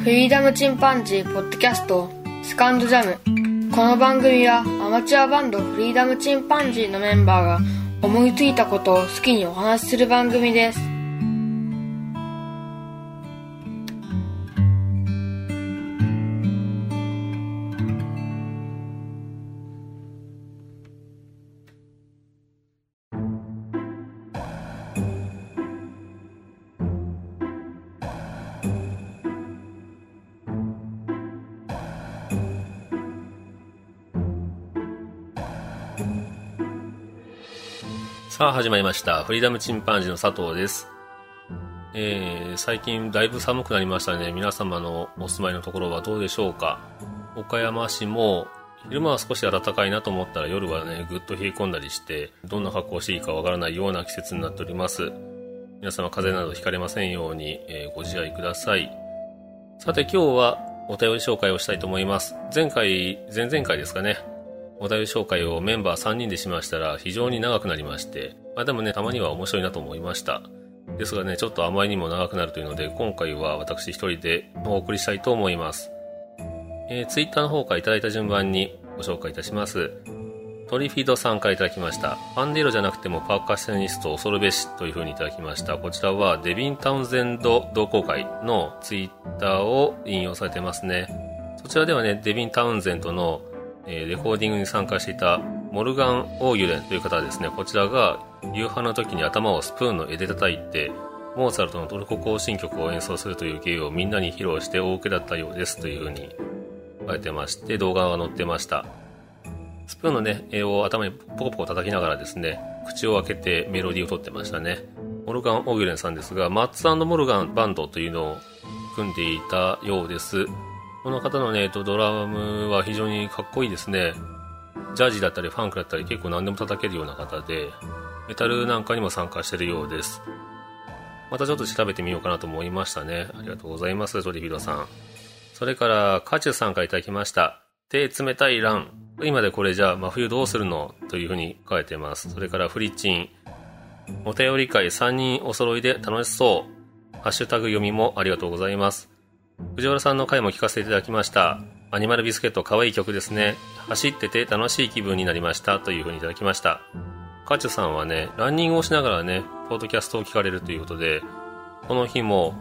フリーダムチンパンジーポッドキャストセカンドジャム。この番組はアマチュアバンドフリーダムチンパンジーのメンバーが思いついたことを好きにお話しする番組です。 さあ始まりました。フリーダムチンパンジーの佐藤です。最近だいぶ寒くなりましたね。皆様のお住まいのところはどうでしょうか。岡山市も昼間は少し暖かいなと思ったら夜はねぐっと冷え込んだりしてどんな格好をしていいかわからないような季節になっております。皆様風邪などひかれませんように、ご自愛ください。さて今日はお便り紹介をしたいと思います。前々回ですかね、お便り紹介をメンバー3人でしましたら非常に長くなりまして、でもねたまには面白いなと思いました。ですがねちょっとあまりにも長くなるというので今回は私一人でお送りしたいと思います。ツイッターの方からいただいた順番にご紹介いたします。トリフィードさんからいただきました。パンデーロじゃなくてもパーカッショニスト恐るべしという風にいただきました。こちらはデビン・タウンゼンド同好会のツイッターを引用されてますね。そちらではねデビン・タウンゼンドのレコーディングに参加していたモルガン・オーユレンという方ですね。こちらが夕飯の時に頭をスプーンの柄で叩いてモーツァルトのトルコ行進曲を演奏するという芸をみんなに披露して大受けだったようですという風に書かれてまして動画が載ってました。スプーンのね絵を頭にポコポコ叩きながらですね口を開けてメロディーを取ってましたね。モルガン・オーユレンさんですがマッツ&モルガンバンドというのを組んでいたようです。この方のねドラムは非常にかっこいいですね。ジャジーだったりファンクだったり結構何でも叩けるような方でメタルなんかにも参加しているようです。またちょっと調べてみようかなと思いましたね。ありがとうございます。トリフィードさん。それからカチュさんからいただきました。手冷たいラン。今でこれじゃあ真冬どうするのというふうに書かれています。それからフリチン。お便り会3人お揃いで楽しそう。ハッシュタグ読みもありがとうございます。藤原さんの回も聞かせていただきました。アニマルビスケット可愛い曲ですね。走ってて楽しい気分になりましたというふうにいただきました。カチュさんはねランニングをしながらねポッドキャストを聞かれるということでこの日も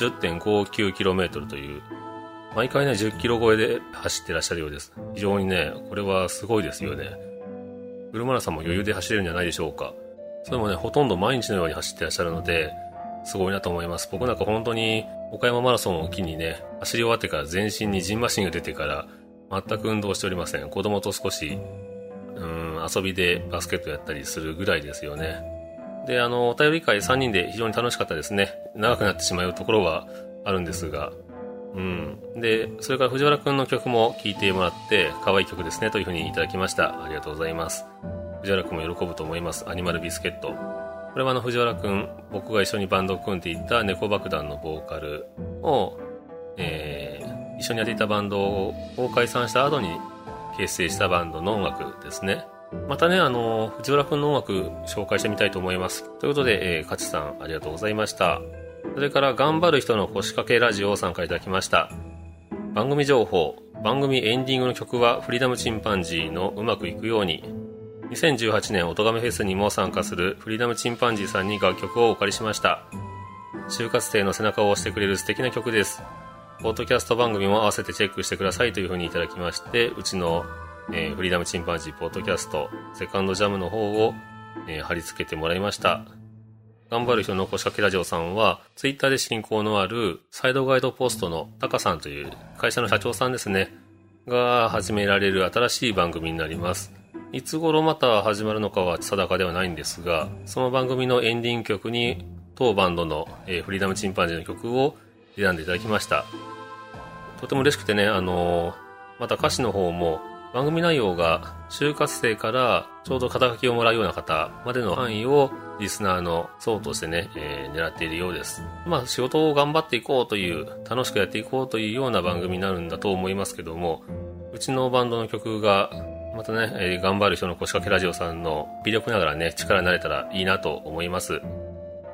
10.59km という毎回ね10キロ超えで走ってらっしゃるようです。非常にねこれはすごいですよね。フルマラソンも余裕で走れるんじゃないでしょうか。それもねほとんど毎日のように走ってらっしゃるのですごいなと思います。僕なんか本当に岡山マラソンを機にね走り終わってから全身にジンマシンが出てから全く運動しておりません。子供と少し遊びでバスケットやったりするぐらいですよね。でお便り会3人で非常に楽しかったですね。長くなってしまうところはあるんですがでそれから藤原くんの曲も聴いてもらって可愛い曲ですねというふうにいただきました。ありがとうございます。藤原くんも喜ぶと思います。アニマルビスケット、これは藤原くん僕が一緒にバンドを組んでいた猫爆弾のボーカルを、一緒にやっていたバンドを解散した後に結成したバンドの音楽ですね。またね藤原くんの音楽紹介してみたいと思います。ということで、カチさんありがとうございました。それから頑張る人の腰掛けラジオを参加いただきました。番組情報、番組エンディングの曲はフリーダムチンパンジーのうまくいくように。2018年おとがめフェスにも参加するフリーダムチンパンジーさんに楽曲をお借りしました。就活生の背中を押してくれる素敵な曲です。ポッドキャスト番組も合わせてチェックしてくださいというふうにいただきまして、うちの、フリーダムチンパンジーポッドキャストセカンドジャムの方を、貼り付けてもらいました。頑張る人の腰掛けラジオさんはツイッターで親交のあるサイドガイドポストのタカさんという会社の社長さんですねが始められる新しい番組になります。いつ頃また始まるのかは定かではないんですが、その番組のエンディング曲に当バンドの、フリーダムチンパンジーの曲を選んでいただきました。とても嬉しくてねまた歌詞の方も番組内容が就活生からちょうど肩書きをもらうような方までの範囲をリスナーの層としてね、狙っているようです。仕事を頑張っていこうという楽しくやっていこうというような番組になるんだと思いますけども、うちのバンドの曲がまたね、頑張る人の腰掛けラジオさんの微力ながらね力になれたらいいなと思います。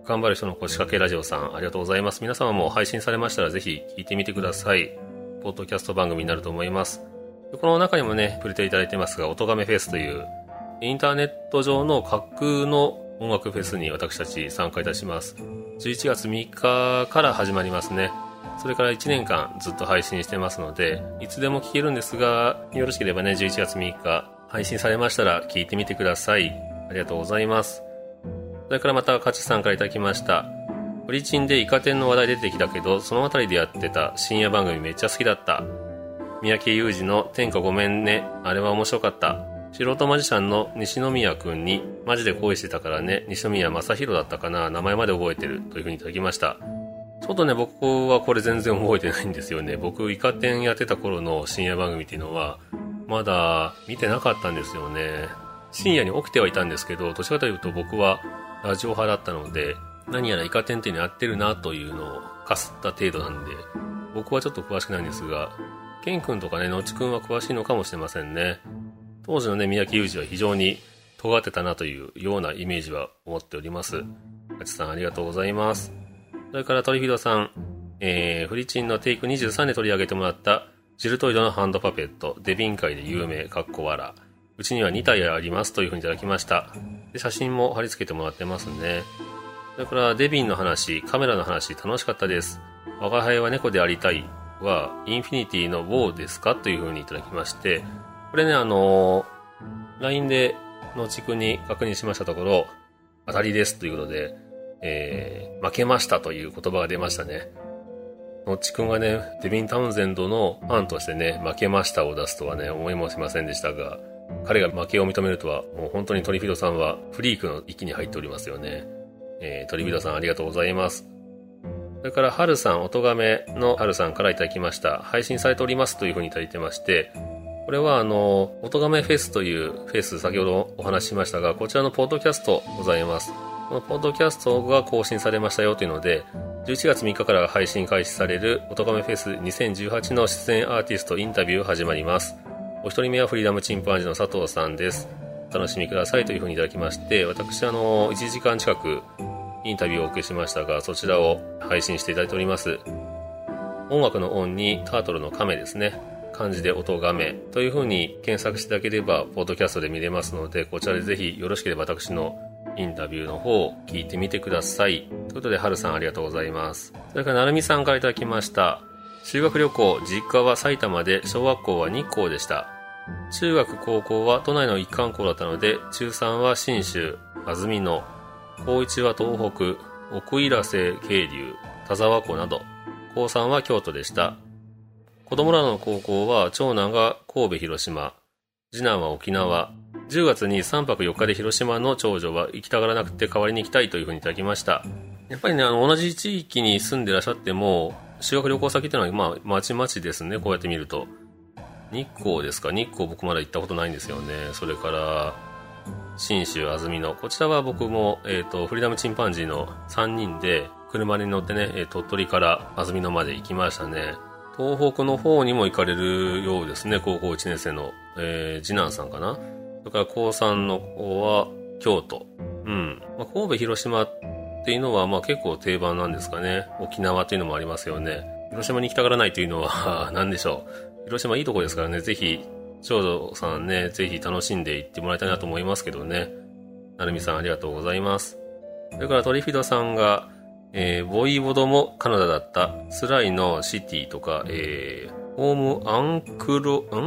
頑張る人の腰掛けラジオさん、ありがとうございます。皆様も配信されましたらぜひ聞いてみてください。ポッドキャスト番組になると思います。この中にもね、触れていただいてますが、音亀フェスというインターネット上の架空の音楽フェスに私たち参加いたします。11月3日から始まりますね。それから1年間ずっと配信してますので、いつでも聞けるんですが、よろしければね、11月3日配信されましたら聞いてみてください。ありがとうございます。それからまた、勝さんからいただきました。フリチンでイカ天の話題出てきたけど、そのあたりでやってた深夜番組めっちゃ好きだった。三宅裕司の天下ごめんね、あれは面白かった。素人マジシャンの西宮くんにマジで恋してたからね、西宮正宏だったかな、名前まで覚えてるという風にいただきました。ちょっとね、僕はこれ全然覚えてないんですよね。僕、イカ天やってた頃の深夜番組っていうのは、まだ見てなかったんですよね。深夜に起きてはいたんですけど、どちらかというと僕はラジオ派だったので、何やらイカ天っていうのやってるなというのをかすった程度なんで、僕はちょっと詳しくないんですが、ケン君とかね、のちくんは詳しいのかもしれませんね。当時のね、三宅裕司は非常に尖ってたなというようなイメージは思っております。あちさんありがとうございます。それからトリフィドさん、フリチンのテイク23で取り上げてもらったジルトイドのハンドパペット、デビン界で有名、かっこわら。うちには2体ありますというふうにいただきました。で、写真も貼り付けてもらってますね。それからデビンの話、カメラの話楽しかったです。我が輩は猫でありたいはインフィニティのウォーですかというふうにいただきまして、これね、LINE でのちくんに確認しましたところ、当たりですということで、負けましたという言葉が出ましたね。のちくんがね、デビン・タウンゼンドのファンとしてね、負けましたを出すとはね、思いもしませんでしたが、彼が負けを認めるとは、もう本当にトリフィドさんはフリークの域に入っておりますよね。トリフィドさんありがとうございます。それから、はるさん、音亀のはるさんからいただきました。配信されておりますというふうにいただいてまして、これは音亀フェスというフェス、先ほどお話ししましたが、こちらのポッドキャストございます。このポッドキャストが更新されましたよというので、11月3日から配信開始される音亀フェス2018の出演アーティストインタビュー始まります。お一人目はフリーダムチンパンジーの佐藤さんです。お楽しみくださいというふうにいただきまして、私1時間近くインタビューをお受けしましたが、そちらを配信していただいております。音楽の音にタートルの亀ですね。漢字で音亀という風に検索していただければポッドキャストで見れますので、こちらでぜひよろしければ私のインタビューの方を聞いてみてください。ということで、はるさんありがとうございます。それからなるみさんからいただきました。修学旅行、実家は埼玉で小学校は日光でした。中学高校は都内の一貫校だったので、中3は信州安曇野、高1は東北奥入瀬渓流田沢湖など、高3は京都でした。子供らの高校は長男が神戸広島、次男は沖縄。10月に3泊4日で広島の長女は行きたがらなくて代わりに行きたいというふうにいただきました。やっぱりね、同じ地域に住んでらっしゃっても、修学旅行先っていうのはまちまちですね。こうやって見ると。日光ですか。日光僕まだ行ったことないんですよね。それから信州安曇野、こちらは僕もフリーダムチンパンジーの3人で車に乗ってね、鳥取から安曇野まで行きましたね。東北の方にも行かれるようですね。高校1年生の、次男さんかな。それから高3の方は京都。神戸広島っていうのは結構定番なんですかね。沖縄っていうのもありますよね。広島に行きたがらないというのは何でしょう。広島いいとこですからね。ぜひ長女さんね、ぜひ楽しんで行ってもらいたいなと思いますけどね。なるみさんありがとうございます。それからトリフィドさんがボイボドもカナダだったスライのシティとか、ホームアンク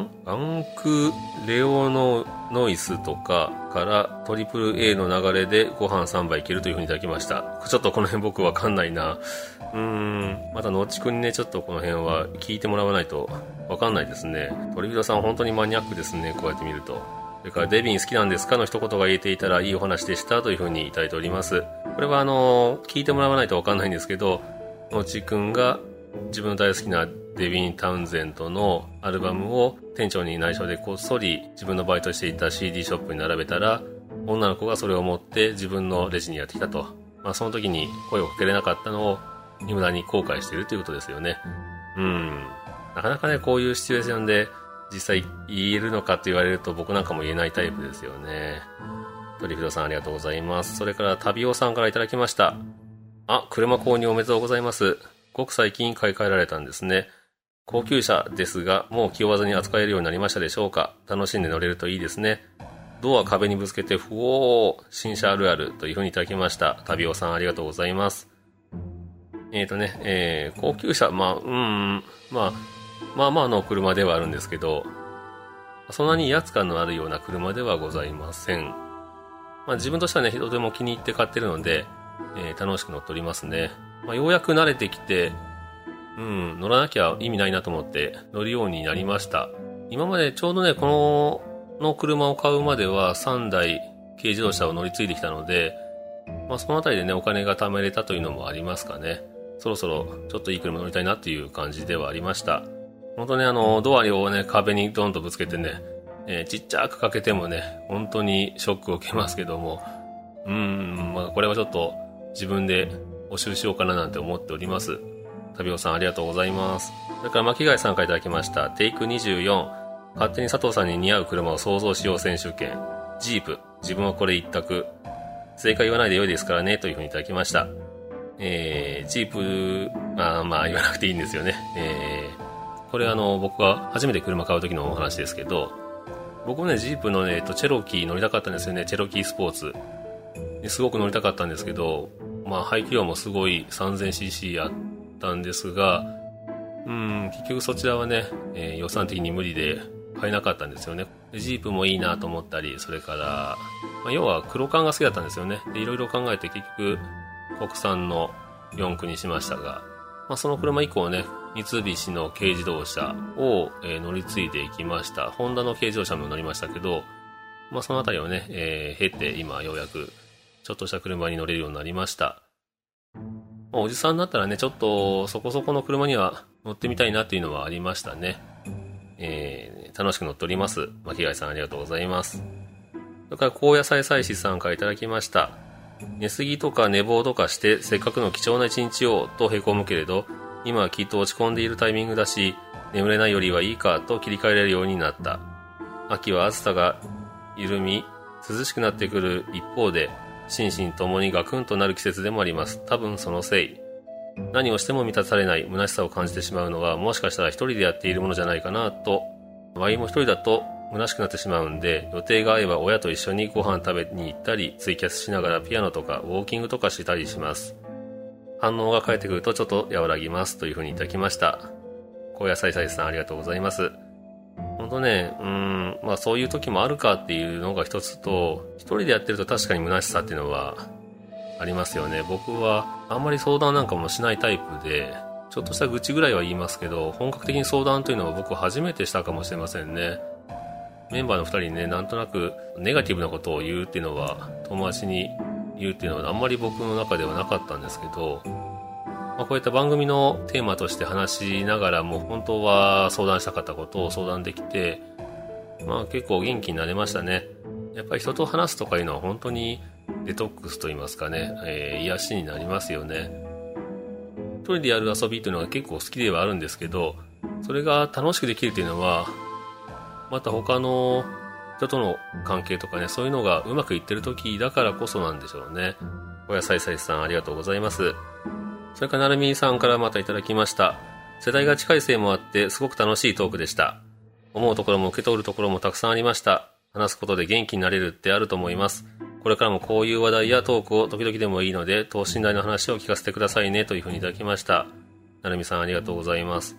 レオノイスとかからトリプル A の流れでご飯3杯いけるという風にいただきました。ちょっとこの辺僕わかんないな。またのっちくんにね、ちょっとこの辺は聞いてもらわないとわかんないですね。トリフィドさん本当にマニアックですね、こうやって見ると。それからデビン好きなんですかの一言が言えていたらいいお話でしたという風にいただいております。これは聞いてもらわないとわかんないんですけど、のちくんが自分の大好きなデビン・タウンゼントのアルバムを店長に内緒でこっそり自分のバイトしていた CD ショップに並べたら、女の子がそれを持って自分のレジにやってきたと。その時に声をかけれなかったのを未だに後悔しているということですよね。なかなかね、こういうシチュエーションで実際言えるのかと言われると僕なんかも言えないタイプですよね。トリフィドさんありがとうございます。それからタビオさんからいただきました。 車購入おめでとうございます。ごく最近買い替えられたんですね。高級車ですが、もう気負わずに扱えるようになりましたでしょうか。楽しんで乗れるといいですね。ドア壁にぶつけて、新車あるあるという風にいただきました。旅尾さんありがとうございます。高級車、まあの車ではあるんですけど、そんなに威圧感のあるような車ではございません。自分としてはね、とても気に入って買ってるので、楽しく乗っておりますね。ようやく慣れてきて、乗らなきゃ意味ないなと思って乗るようになりました。今までちょうどね、この車を買うまでは3台軽自動車を乗り継いできたので、そのあたりでね、お金が貯めれたというのもありますかね。そろそろちょっといい車乗りたいなっていう感じではありました。本当ね、ドアをね、壁にドンとぶつけてね、ちっちゃくかけてもね、本当にショックを受けますけども、これはちょっと自分で募集しようかななんて思っております。旅尾さんありがとうございます。それから巻貝さんからいただきました。テイク24、勝手に佐藤さんに似合う車を想像しよう選手権。ジープ、自分はこれ一択。正解言わないで良いですからね、というふうにいただきました。ジープ、言わなくていいんですよね。これ僕が初めて車買う時のお話ですけど、僕もね、ジープのね、チェロキー乗りたかったんですよね。チェロキースポーツ。すごく乗りたかったんですけど、排気量もすごい 3000cc あったんですが、結局そちらはね、予算的に無理で買えなかったんですよね。でジープもいいなと思ったり、それから、要は黒缶が好きだったんですよね。でいろいろ考えて結局国産の4駆にしましたが、その車以降ね、三菱の軽自動車を、乗り継いでいきました。ホンダの軽自動車も乗りましたけど、そのあたりをね、経て今ようやくちょっとした車に乗れるようになりました。おじさんになったらね、ちょっとそこそこの車には乗ってみたいなっていうのはありましたね。楽しく乗っております。巻貝さんありがとうございます。それから高野菜祭司さんからいただきました。寝すぎとか寝坊とかしてせっかくの貴重な一日をとへこむけれど、今はきっと落ち込んでいるタイミングだし、眠れないよりはいいかと切り替えられるようになった。秋は暑さが緩み、涼しくなってくる一方で、心身ともにガクンとなる季節でもあります。多分そのせい。何をしても満たされない虚しさを感じてしまうのは、もしかしたら一人でやっているものじゃないかなと。ワイも一人だと虚しくなってしまうんで、予定が合えば親と一緒にご飯食べに行ったり、ツイキャスしながらピアノとかウォーキングとかしたりします。反応が返ってくるとちょっと和らぎますというふうにいただきました。高野菜菜さんありがとうございます。本当ね、そういう時もあるかっていうのが一つと、一人でやってると確かに虚しさっていうのはありますよね。僕はあんまり相談なんかもしないタイプで、ちょっとした愚痴ぐらいは言いますけど、本格的に相談というのは僕初めてしたかもしれませんね。メンバーの2人にね、なんとなくネガティブなことを言うっていうのは、友達に言うっていうのはあんまり僕の中ではなかったんですけど、こういった番組のテーマとして話しながらも、本当は相談したかったことを相談できて、結構元気になれましたね。やっぱり人と話すとかいうのは本当にデトックスといいますかね、癒しになりますよね。一人でやる遊びというのが結構好きではあるんですけど、それが楽しくできるというのは、また他の人との関係とかね、そういうのがうまくいってる時だからこそなんでしょうね。お野菜菜さんありがとうございます。それからなるみさんからまたいただきました。世代が近いせいもあってすごく楽しいトークでした。思うところも受け取るところもたくさんありました。話すことで元気になれるってあると思います。これからもこういう話題やトークを時々でもいいので、等身大の話を聞かせてくださいねというふうにいただきました。なるみさんありがとうございます。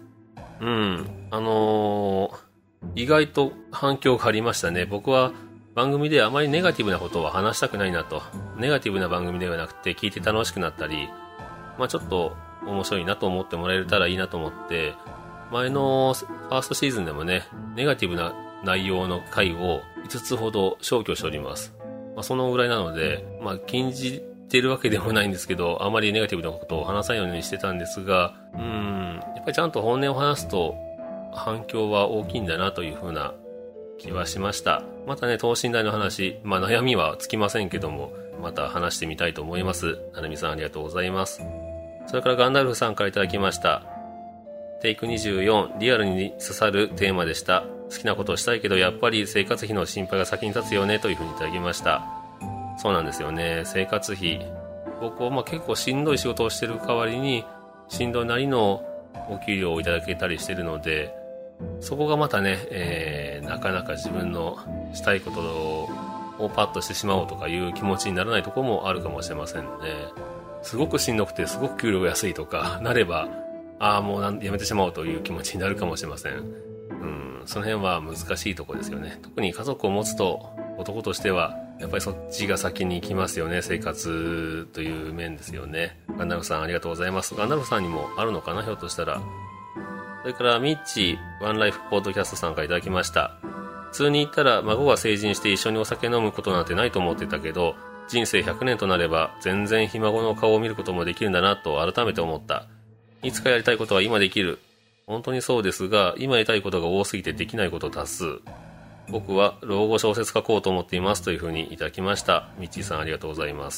意外と反響がありましたね。僕は番組であまりネガティブなことは話したくないなと。ネガティブな番組ではなくて聞いて楽しくなったり、ちょっと面白いなと思ってもらえたらいいなと思って、前のファーストシーズンでもね、ネガティブな内容の回を5つほど消去しております。そのぐらいなので、禁じてるわけでもないんですけど、あまりネガティブなことを話さないようにしてたんですが、やっぱりちゃんと本音を話すと反響は大きいんだなというふうな気はしました。またね、等身大の話、悩みはつきませんけども、また話してみたいと思います。なるみさんありがとうございます。それからガンダルフさんからいただきました。テイク24、リアルに刺さるテーマでした。好きなことをしたいけどやっぱり生活費の心配が先に立つよねというふうにいただきました。そうなんですよね。生活費僕は結構しんどい仕事をしてる代わりにしんどいなりのお給料をいただけたりしてるので、そこがまたね、なかなか自分のしたいことをパッとしてしまおうとかいう気持ちにならないところもあるかもしれませんね。すごくしんどくてすごく給料が安いとかなれば、もうやめてしまおうという気持ちになるかもしれません。その辺は難しいところですよね。特に家族を持つと男としてはやっぱりそっちが先に来ますよね。生活という面ですよね。ガンダルフさんありがとうございます。ガンダルフさんにもあるのかな、ひょっとしたら。それからミッチワンライフポッドキャストさんからいただきました。普通に言ったら孫が成人して一緒にお酒飲むことなんてないと思ってたけど、人生100年となれば全然ひ孫の顔を見ることもできるんだなと改めて思った。いつかやりたいことは今できる。本当にそうですが、今やりたいことが多すぎてできないこと多数。僕は老後小説書こうと思っていますというふうにいただきました。ミッチーさんありがとうございます。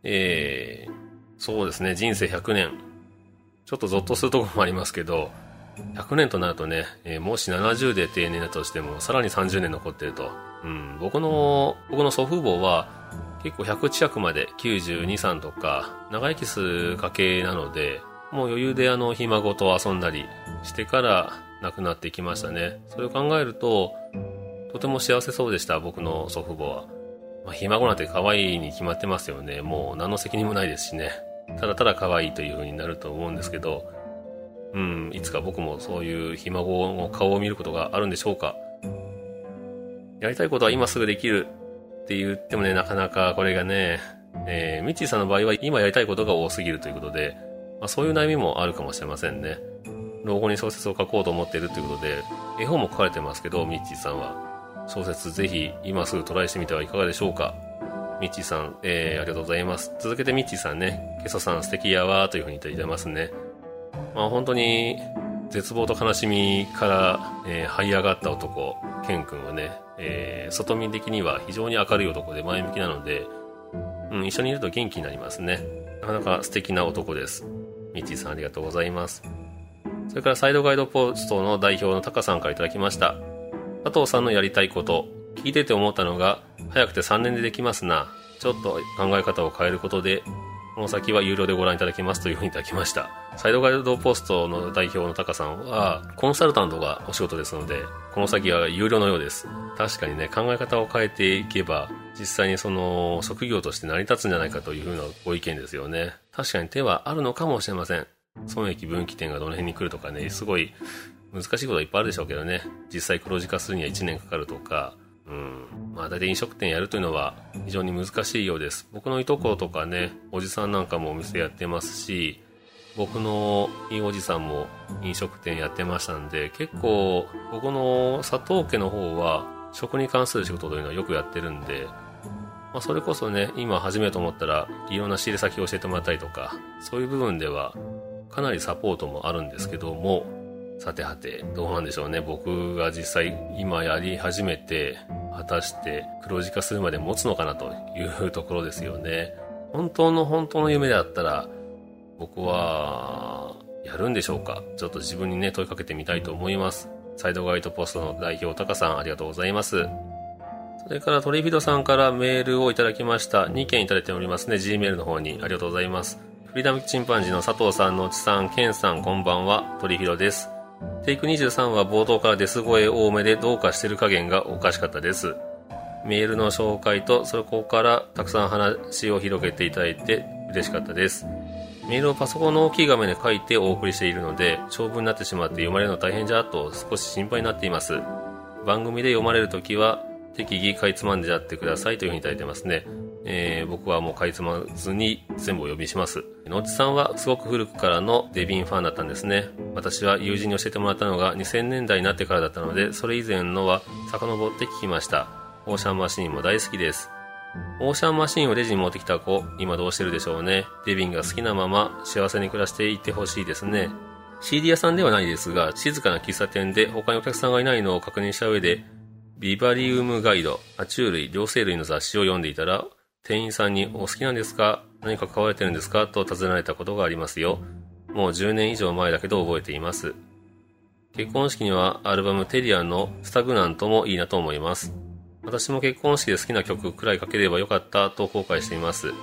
そうですね、人生100年。ちょっとゾッとするところもありますけど、100年となるとね、もし70で定年だとしてもさらに30年残ってると。僕の祖父母は結構100近くまで92、3とか長生きする家系なので、もう余裕でひ孫と遊んだりしてから亡くなっていきましたね。それを考えるととても幸せそうでした、僕の祖父母は。ひ孫なんて可愛いに決まってますよね。もう何の責任もないですしね。ただただ可愛いという風になると思うんですけど、いつか僕もそういうひ孫の顔を見ることがあるんでしょうか。やりたいことは今すぐできるって言ってもね、なかなかこれがね、ミッチーさんの場合は今やりたいことが多すぎるということで、そういう悩みもあるかもしれませんね。老後に小説を書こうと思っているということで、絵本も書かれてますけど、ミッチーさんは小説ぜひ今すぐトライしてみてはいかがでしょうか。ミッチーさん、ありがとうございます。続けてミッチーさんね、ケソさん素敵やわーというふうにいただいてますね。本当に絶望と悲しみから、這い上がった男ケン君はね、外見的には非常に明るい男で前向きなので、一緒にいると元気になりますね。なかなか素敵な男です。ミッチーさんありがとうございます。それからサイドガイドポストの代表のタカさんからいただきました。佐藤さんのやりたいこと、聞いてて思ったのが、早くて3年でできますな。ちょっと考え方を変えることでこの先は有料でご覧いただけますというふうにいただきました。サイドガイドポストの代表のタカさんはコンサルタントがお仕事ですので、この先は有料のようです。確かにね、考え方を変えていけば実際にその職業として成り立つんじゃないかというふうなご意見ですよね。確かに手はあるのかもしれません。損益分岐点がどの辺に来るとかね、すごい難しいことはいっぱいあるでしょうけどね。実際黒字化するには1年かかるとか、大体飲食店やるというのは非常に難しいようです。僕のいとことかね、おじさんなんかもお店やってますし、僕のいいおじさんも飲食店やってましたんで、結構僕の佐藤家の方は食に関する仕事というのはよくやってるんで、それこそね、今始めようと思ったらいろんな仕入れ先を教えてもらったりとか、そういう部分ではかなりサポートもあるんですけども、さてはてどうなんでしょうね。僕が実際今やり始めて果たして黒字化するまで持つのかなというところですよね。本当の夢であったら僕はやるんでしょうか。ちょっと自分にね問いかけてみたいと思います。サイドガイドポストの代表タカさんありがとうございます。それからトリフィドさんからメールをいただきました。2件いただいておりますね。 Gmail の方にありがとうございます。フリーダムチンパンジーの佐藤さん、のちさん、ケンさん、こんばんは。トリフィドです。テイク23は冒頭からデス声多めでどうかしてる加減がおかしかったです。メールの紹介とそこからたくさん話を広げていただいて嬉しかったです。メールをパソコンの大きい画面で書いてお送りしているので長文になってしまって読まれるの大変じゃと少し心配になっています。番組で読まれるときは適宜かいつまんでやってくださいというふうにいただいてますね。僕はもうかいつまずに全部お読みします。のちさんはすごく古くからのデビンファンだったんですね。私は友人に教えてもらったのが2000年代になってからだったので、それ以前のは遡って聞きました。オーシャンマシーンも大好きです。オーシャンマシーンをレジに持ってきた子、今どうしてるでしょうね。デビンが好きなまま幸せに暮らしていってほしいですね。CD 屋さんではないですが、静かな喫茶店で他にお客さんがいないのを確認した上で、ビバリウムガイド、爬虫類、両生類の雑誌を読んでいたら、店員さんにお好きなんですか？何か買われてるんですか？と尋ねられたことがありますよ。もう10年以上前だけど覚えています。結婚式にはアルバムテリアのスタグナントもいいなと思います。私も結婚式で好きな曲くらいかければよかったと後悔しています。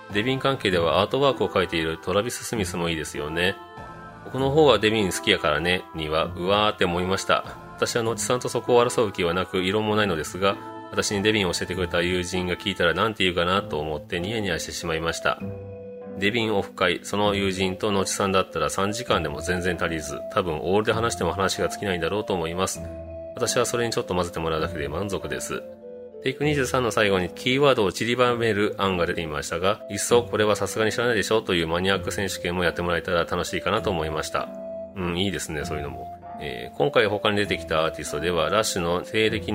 デビン関係ではアートワークを描いているトラビス・スミスもいいですよね。僕の方はデビン好きやからねにはうわーって思いました。私はノッチさんとそこを争う気はなく異論もないのですが、私にデビンを教えてくれた友人が聞いたら何て言うかなと思ってニヤニヤしてしまいました。デビンオフ会、その友人とノッチさんだったら3時間でも全然足りず、多分オールで話しても話が尽きないんだろうと思います。私はそれにちょっと混ぜてもらうだけで満足です。テイク23の最後にキーワードを散りばめる案が出ていましたが、いっそこれはさすがに知らないでしょというマニアック選手権もやってもらえたら楽しいかなと思いました。いいですね、そういうのも。今回他に出てきたアーティストでは、ラッシュの西暦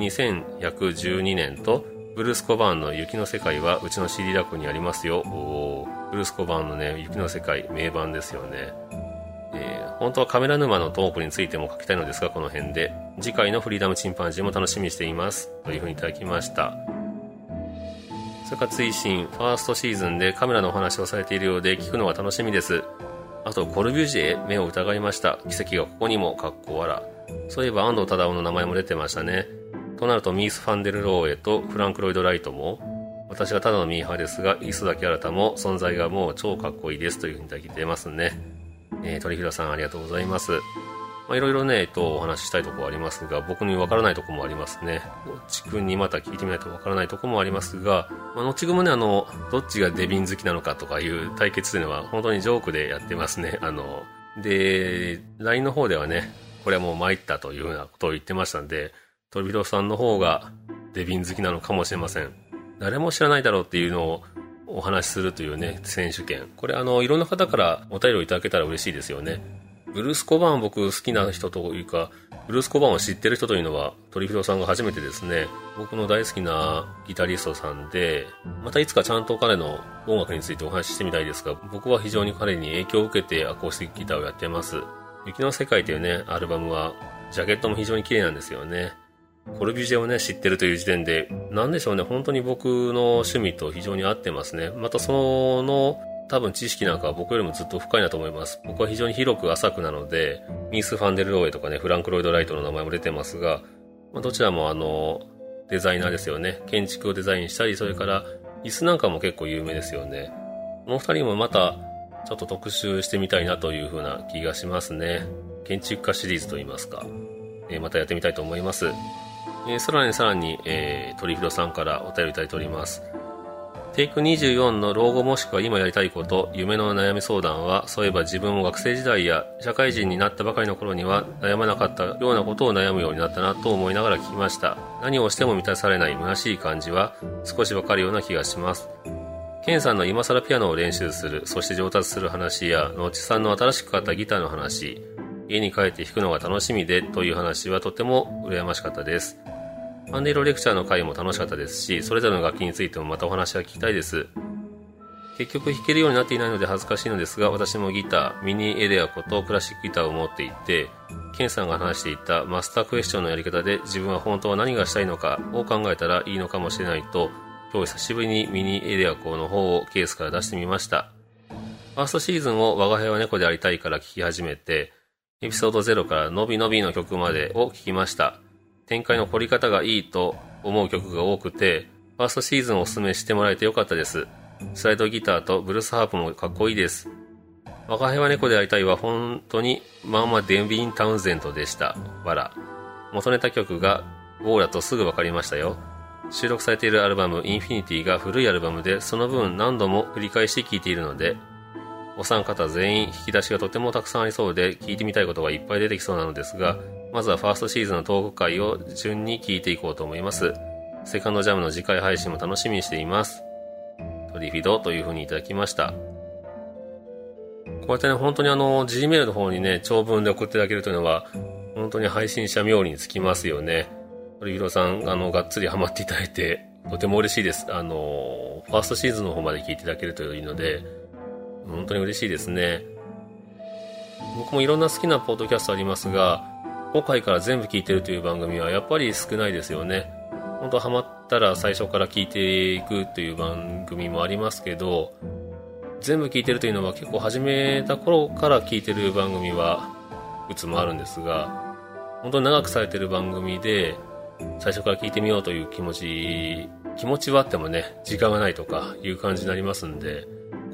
2112年と、ブルース・コバーンの雪の世界はうちの CD ラックにありますよ。ブルース・コバーンのね、雪の世界、名盤ですよね。本当はカメラ沼のトークについても書きたいのですが、この辺で。次回のフリーダムチンパンジーも楽しみにしています。というふうにいただきました。それから追伸、ファーストシーズンでカメラのお話をされているようで聞くのが楽しみです。あと、コルビュジエ、目を疑いました。奇跡がここにも、かっこ笑。そういえば安藤忠雄の名前も出てましたね。となるとミース・ファンデルローエとフランク・ロイド・ライトも、私はただのミーハーですが、磯崎新も存在がもう超かっこいいですというふうにいただいてますね。鳥広さんありがとうございます。いろいろね、お話ししたいところありますが、僕にわからないところもありますね。のっちくんにまた聞いてみないとわからないところもありますが、のっちくんもね、どっちがデビン好きなのかとかいう対決というのは本当にジョークでやってますね。で、LINE の方ではね、これはもう参ったというようなことを言ってましたんで、鳥広さんの方がデビン好きなのかもしれません。誰も知らないだろうっていうのをお話しするというね、選手権。これいろんな方からお便りをいただけたら嬉しいですよね。ブルース・コバーン僕好きな人というか、ブルース・コバーンを知ってる人というのは鳥広さんが初めてですね。僕の大好きなギタリストさんで、またいつかちゃんと彼の音楽についてお話ししてみたいですが、僕は非常に彼に影響を受けてアコースティックギターをやってます。雪の世界というね、アルバムはジャケットも非常に綺麗なんですよね。コルビュジエをね、知ってるという時点で、なんでしょうね、本当に僕の趣味と非常に合ってますね。またその、多分知識なんかは僕よりもずっと深いなと思います。僕は非常に広く浅くなので、ミース・ファンデルローエとかね、フランク・ロイド・ライトの名前も出てますが、どちらもデザイナーですよね。建築をデザインしたり、それから椅子なんかも結構有名ですよね。この二人もまたちょっと特集してみたいなという風な気がしますね。建築家シリーズといいますか、またやってみたいと思います。さらに、鳥広さんからお便りいただいております。テイク24の老後もしくは今やりたいこと、夢の悩み相談は、そういえば自分も学生時代や社会人になったばかりの頃には悩まなかったようなことを悩むようになったなと思いながら聞きました。何をしても満たされない虚しい感じは少しわかるような気がします。ケンさんの今更ピアノを練習する、そして上達する話や、のちさんの新しく買ったギターの話、家に帰って弾くのが楽しみでという話はとても羨ましかったです。ファンデイロレクチャーの回も楽しかったですし、それぞれの楽器についてもまたお話は聞きたいです。結局弾けるようになっていないので恥ずかしいのですが、私もギター、ミニエレアコとクラシックギターを持っていて、ケンさんが話していたマスタークエスチョンのやり方で自分は本当は何がしたいのかを考えたらいいのかもしれないと、今日久しぶりにミニエレアコの方をケースから出してみました。ファーストシーズンを我が輩は猫でありたいから聴き始めて、エピソード0からのびのびの曲までを聴きました。展開の凝り方がいいと思う曲が多くて、ファーストシーズンをお勧めしてもらえてよかったです。スライドギターとブルースハープもかっこいいです。我が輩は猫でありたいは本当にまあまあデビン・タウンゼントでした。わら。元ネタ曲がゴーラとすぐわかりましたよ。収録されているアルバムインフィニティが古いアルバムで、その分何度も繰り返し聴いているので、お三方全員引き出しがとてもたくさんありそうで聞いてみたいことがいっぱい出てきそうなのですが、まずはファーストシーズンのトーク回を順に聞いていこうと思います。セカンドジャムの次回配信も楽しみにしています。トリフィドという風にいただきました。こうやってね、本当にG メールの方にね、長文で送っていただけるというのは、本当に配信者冥利につきますよね。トリフィドさん、がっつりハマっていただいて、とても嬉しいです。ファーストシーズンの方まで聞いていただけるといいので、本当に嬉しいですね。僕もいろんな好きなポッドキャストありますが、5回から全部聞いてるという番組はやっぱり少ないですよね。本当ハマったら最初から聞いていくという番組もありますけど、全部聞いてるというのは結構始めた頃から聞いてる番組はいくつもあるんですが、本当に長くされてる番組で最初から聞いてみようという気持ちはあってもね、時間がないとかいう感じになりますんで、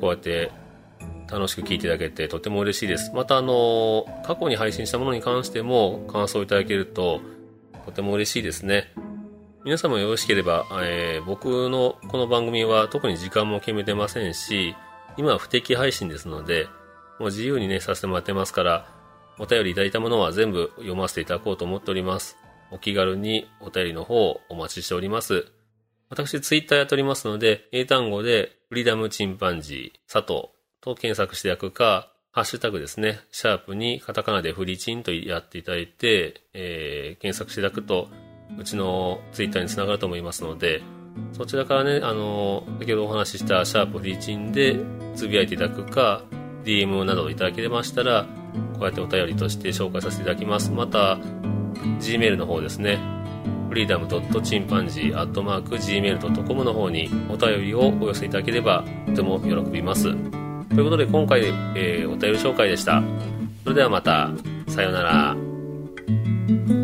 こうやって楽しく聞いていただけてとても嬉しいです。また過去に配信したものに関しても感想をいただけるととても嬉しいですね。皆さんもよろしければ、僕のこの番組は特に時間も決めてませんし、今は不定期配信ですので、もう自由にねさせてもらってますから、お便りいただいたものは全部読ませていただこうと思っております。お気軽にお便りの方をお待ちしております。私ツイッターやっておりますので、英単語でフリーダムチンパンジー佐藤と検索していただくか、ハッシュタグですね、シャープにカタカナでフリチンとやっていただいて、検索していただくとうちのツイッターにつながると思いますので、そちらからね、先ほどお話ししたシャープフリチンでつぶやいていただくか、DM などいただけましたら、こうやってお便りとして紹介させていただきます。また Gmail の方ですね、freedom.chimpanzee@gmail.com の方にお便りをお寄せいただければとても喜びます。ということで今回、お便り紹介でした。それではまた、さようなら。